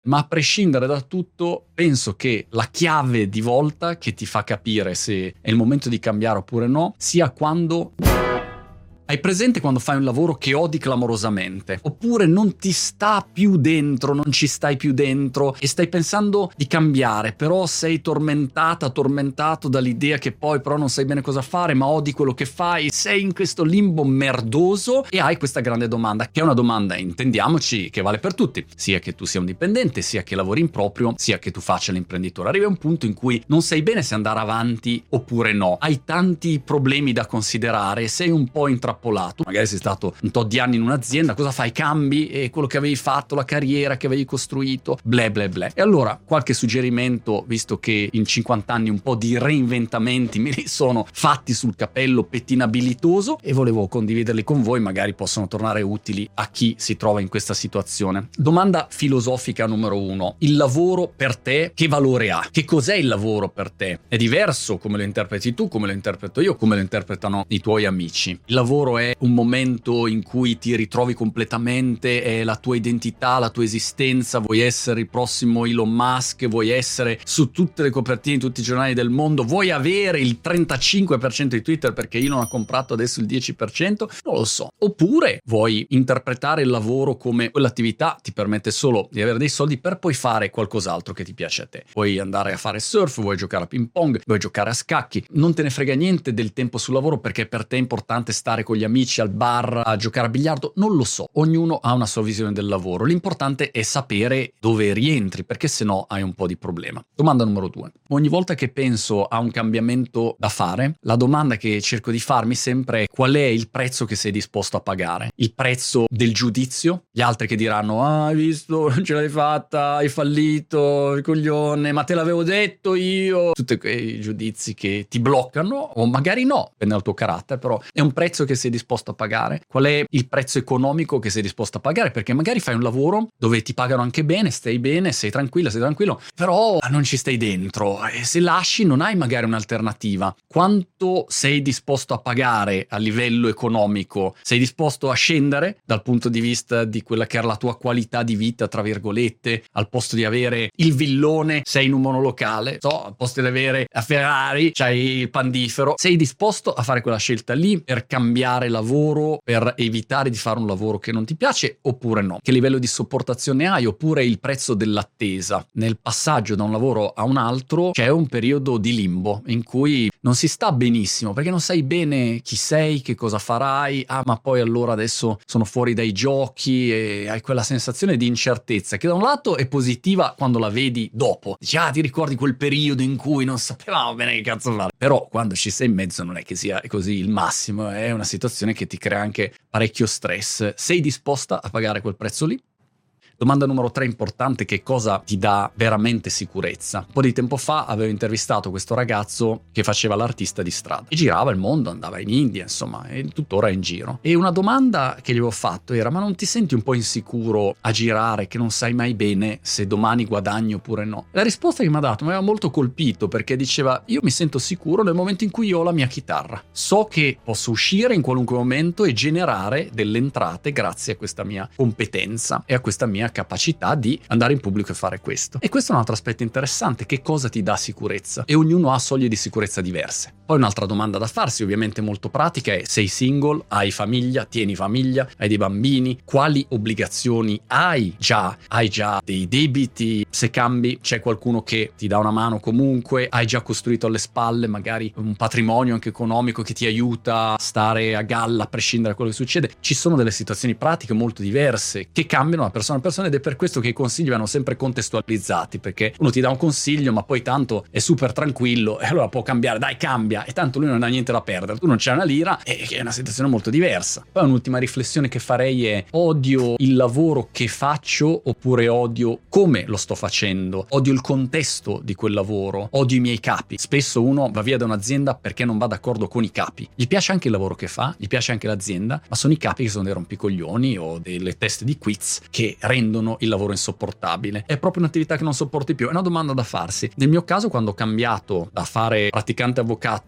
Ma a prescindere da tutto, penso che la chiave di volta che ti fa capire se è il momento di cambiare oppure no, sia quando... Hai presente quando fai un lavoro che odi clamorosamente? Oppure non ti sta più dentro, non ci stai più dentro e stai pensando di cambiare, però sei tormentato dall'idea che poi però non sai bene cosa fare, ma odi quello che fai, sei in questo limbo merdoso e hai questa grande domanda, che è una domanda, intendiamoci, che vale per tutti, sia che tu sia un dipendente, sia che lavori in proprio, sia che tu faccia l'imprenditore. Arrivi a un punto in cui non sai bene se andare avanti oppure no, hai tanti problemi da considerare, sei un po' intrappolato. Magari sei stato un tot di anni in un'azienda, cosa fai? Cambi e quello che avevi fatto, la carriera che avevi costruito, ble ble ble. E allora qualche suggerimento, visto che in 50 anni un po' di reinventamenti me li sono fatti sul capello pettinabilitoso e volevo condividerli con voi, magari possono tornare utili a chi si trova in questa situazione. Domanda filosofica numero 1: il lavoro per te che valore ha? Che cos'è il lavoro per te? È diverso come lo interpreti tu, come lo interpreto io, come lo interpretano i tuoi amici. Il lavoro è un momento in cui ti ritrovi completamente, è la tua identità, la tua esistenza, vuoi essere il prossimo Elon Musk, vuoi essere su tutte le copertine di tutti i giornali del mondo, vuoi avere il 35% di Twitter perché Elon ha comprato adesso il 10%, non lo so. Oppure vuoi interpretare il lavoro come quell'attività ti permette solo di avere dei soldi per poi fare qualcos'altro che ti piace a te. Vuoi andare a fare surf, vuoi giocare a ping pong, vuoi giocare a scacchi, non te ne frega niente del tempo sul lavoro perché per te è importante stare con gli amici al bar a giocare a biliardo, non lo so, ognuno ha una sua visione del lavoro, l'importante è sapere dove rientri perché sennò hai un po' di problema. Domanda numero 2: ogni volta che penso a un cambiamento da fare, la domanda che cerco di farmi sempre è: qual è il prezzo che sei disposto a pagare? Il prezzo del giudizio? Gli altri che diranno: ah, hai visto, non ce l'hai fatta, hai fallito, il coglione, ma te l'avevo detto io, tutti quei giudizi che ti bloccano, o magari no, dipende dal tuo carattere, però è un prezzo che sei disposto a pagare. Qual è il prezzo economico che sei disposto a pagare? Perché magari fai un lavoro dove ti pagano anche bene, sei tranquillo, però non ci stai dentro e se lasci non hai magari un'alternativa. Quanto sei disposto a pagare a livello economico? Sei disposto a scendere dal punto di vista di quella che era la tua qualità di vita, tra virgolette, al posto di avere il villone sei in un monolocale, al posto di avere la Ferrari c'hai il pandifero? Sei disposto a fare quella scelta lì per cambiare lavoro, per evitare di fare un lavoro che non ti piace oppure no? Che livello di sopportazione hai? Oppure il prezzo dell'attesa? Nel passaggio da un lavoro a un altro c'è un periodo di limbo in cui non si sta benissimo perché non sai bene chi sei, che cosa farai, ma poi allora adesso sono fuori dai giochi e hai quella sensazione di incertezza che da un lato è positiva quando la vedi dopo, dici ti ricordi quel periodo in cui non sapevamo bene che cazzo fare, però quando ci sei in mezzo non è che sia così il massimo, è una situazione che ti crea anche parecchio stress. Sei disposta a pagare quel prezzo lì? Domanda numero 3 importante: che cosa ti dà veramente sicurezza? Un po' di tempo fa avevo intervistato questo ragazzo che faceva l'artista di strada e girava il mondo, andava in India, insomma, e tuttora è in giro. E una domanda che gli avevo fatto era: ma non ti senti un po' insicuro a girare, che non sai mai bene se domani guadagni oppure no? La risposta che mi ha dato mi aveva molto colpito perché diceva: io mi sento sicuro nel momento in cui io ho la mia chitarra. So che posso uscire in qualunque momento e generare delle entrate grazie a questa mia competenza e a questa mia capacità di andare in pubblico e fare questo. E questo è un altro aspetto interessante: che cosa ti dà sicurezza? E ognuno ha soglie di sicurezza diverse. Poi un'altra domanda da farsi, ovviamente molto pratica, è: sei single, hai famiglia, tieni famiglia, hai dei bambini, quali obbligazioni hai già? Hai già dei debiti? Se cambi c'è qualcuno che ti dà una mano comunque? Hai già costruito alle spalle magari un patrimonio anche economico che ti aiuta a stare a galla a prescindere da quello che succede? Ci sono delle situazioni pratiche molto diverse che cambiano da persona a persona ed è per questo che i consigli vanno sempre contestualizzati, perché uno ti dà un consiglio ma poi tanto è super tranquillo e allora può cambiare, dai cambia, e tanto lui non ha niente da perdere, tu non c'hai una lira, e è una situazione molto diversa. Poi un'ultima riflessione che farei è: odio il lavoro che faccio oppure odio come lo sto facendo? Odio il contesto di quel lavoro, odio i miei capi. Spesso uno va via da un'azienda perché non va d'accordo con i capi, gli piace anche il lavoro che fa, gli piace anche l'azienda, ma sono i capi che sono dei rompicoglioni o delle teste di quiz che rendono il lavoro insopportabile. È proprio un'attività che non sopporti più. È una domanda da farsi. Nel mio caso, quando ho cambiato da fare praticante avvocato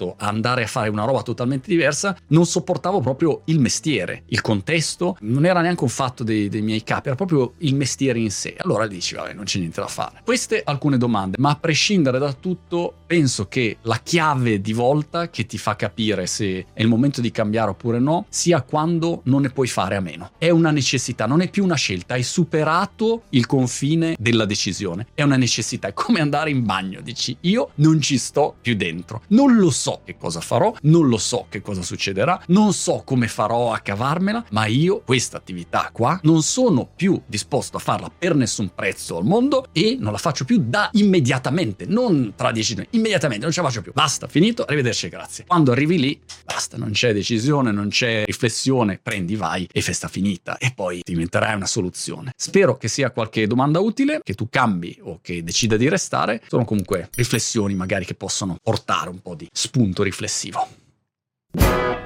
disposto a andare a fare una roba totalmente diversa, non sopportavo proprio il mestiere, il contesto, non era neanche un fatto dei miei capi, era proprio il mestiere in sé. Allora dici, vabbè, non c'è niente da fare. Queste alcune domande, ma a prescindere da tutto, penso che la chiave di volta che ti fa capire se è il momento di cambiare oppure no, sia quando non ne puoi fare a meno. È una necessità, non è più una scelta, hai superato il confine della decisione. È una necessità, è come andare in bagno, dici, io non ci sto più dentro, non lo so che cosa farò, non lo so che cosa succederà, non so come farò a cavarmela, ma io questa attività qua non sono più disposto a farla per nessun prezzo al mondo e non la faccio più da immediatamente, non tra 10 giorni, immediatamente, non ce la faccio più, basta, finito, arrivederci, grazie. Quando arrivi lì, basta, non c'è decisione, non c'è riflessione, prendi, vai e festa finita, e poi diventerai una soluzione. Spero che sia qualche domanda utile, che tu cambi o che decida di restare. Sono comunque riflessioni magari che possono portare un po' di spunto riflessivo.